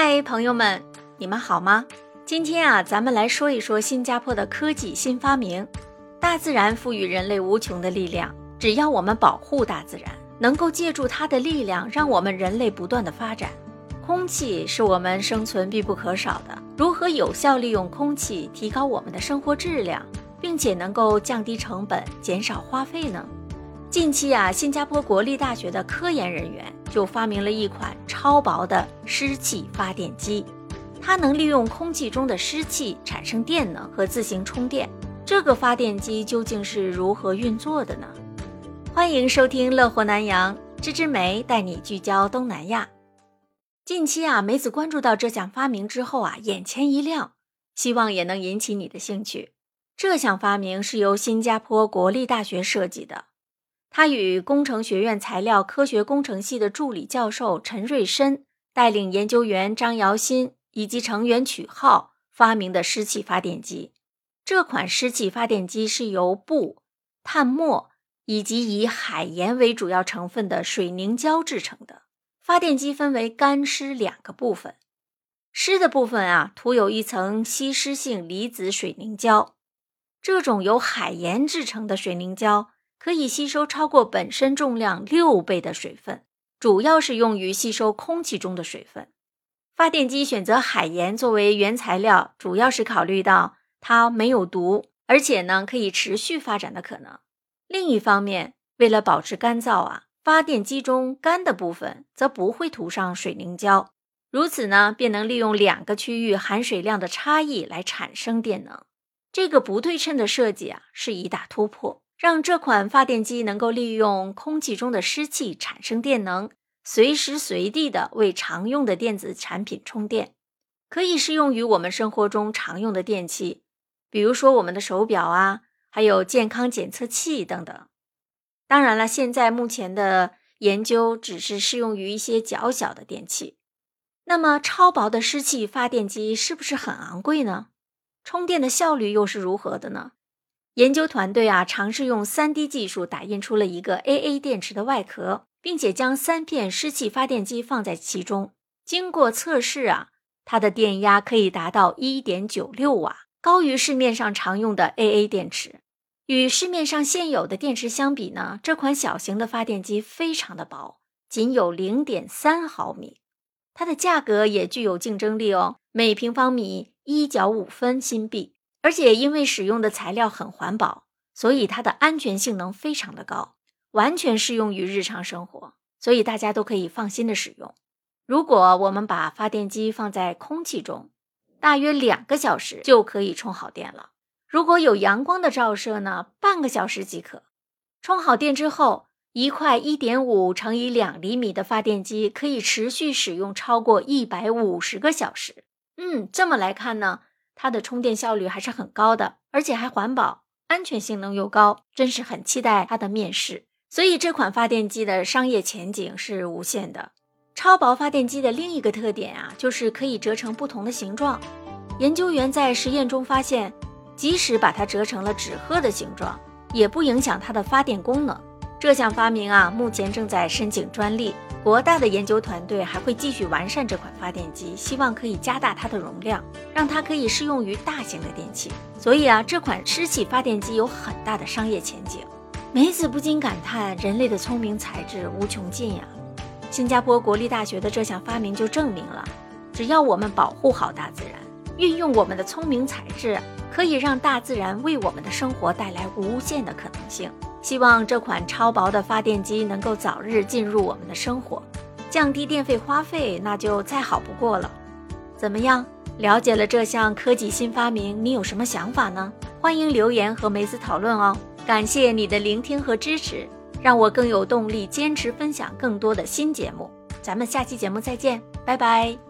嗨，朋友们，你们好吗？今天咱们来说一说新加坡的科技新发明。大自然赋予人类无穷的力量，只要我们保护大自然，能够借助它的力量，让我们人类不断的发展。空气是我们生存必不可少的，如何有效利用空气，提高我们的生活质量，并且能够降低成本，减少花费呢？近期新加坡国立大学的科研人员就发明了一款超薄的湿气发电机，它能利用空气中的湿气产生电能和自行充电。这个发电机究竟是如何运作的呢？欢迎收听乐活南洋，芝芝梅带你聚焦东南亚。近期梅子关注到这项发明之后眼前一亮，希望也能引起你的兴趣。这项发明是由新加坡国立大学设计的，他与工程学院材料科学工程系的助理教授陈瑞申带领研究员张瑶新以及成员曲浩发明的湿气发电机。这款湿气发电机是由布、碳末以及以海盐为主要成分的水凝胶制成的。发电机分为干湿两个部分，湿的部分涂有一层吸湿性离子水凝胶。这种由海盐制成的水凝胶可以吸收超过本身重量6倍的水分，主要是用于吸收空气中的水分。发电机选择海盐作为原材料，主要是考虑到它没有毒，而且可以持续发展的可能。另一方面，为了保持干燥发电机中干的部分则不会涂上水凝胶，如此便能利用两个区域含水量的差异来产生电能。这个不对称的设计是一大突破，让这款发电机能够利用空气中的湿气产生电能，随时随地的为常用的电子产品充电。可以适用于我们生活中常用的电器，比如说我们的手表还有健康检测器等等。当然了，现在目前的研究只是适用于一些较小的电器。那么超薄的湿气发电机是不是很昂贵呢？充电的效率又是如何的呢？研究团队尝试用 3D 技术打印出了一个 AA 电池的外壳，并且将3片湿气发电机放在其中。经过测试它的电压可以达到 1.96 瓦，高于市面上常用的 AA 电池。与市面上现有的电池相比呢，这款小型的发电机非常的薄，仅有 0.3 毫米。它的价格也具有竞争力每平方米1.5分新币。而且因为使用的材料很环保，所以它的安全性能非常的高，完全适用于日常生活，所以大家都可以放心的使用。如果我们把发电机放在空气中，大约2个小时就可以充好电了。如果有阳光的照射呢，半个小时即可。充好电之后，一块 1.5 乘以2厘米的发电机可以持续使用超过150个小时。这么来看呢，它的充电效率还是很高的，而且还环保，安全性能又高，真是很期待它的面世。所以这款发电机的商业前景是无限的。超薄发电机的另一个特点就是可以折成不同的形状。研究员在实验中发现，即使把它折成了纸鹤的形状，也不影响它的发电功能。这项发明目前正在申请专利，国大的研究团队还会继续完善这款发电机，希望可以加大它的容量，让它可以适用于大型的电器。所以这款湿气发电机有很大的商业前景。梅子不禁感叹，人类的聪明才智无穷尽呀！新加坡国立大学的这项发明就证明了，只要我们保护好大自然，运用我们的聪明才智，可以让大自然为我们的生活带来无限的可能性。希望这款超薄的发电机能够早日进入我们的生活，降低电费花费，那就再好不过了。怎么样？了解了这项科技新发明，你有什么想法呢？欢迎留言和梅子讨论哦。感谢你的聆听和支持，让我更有动力坚持分享更多的新节目。咱们下期节目再见，拜拜。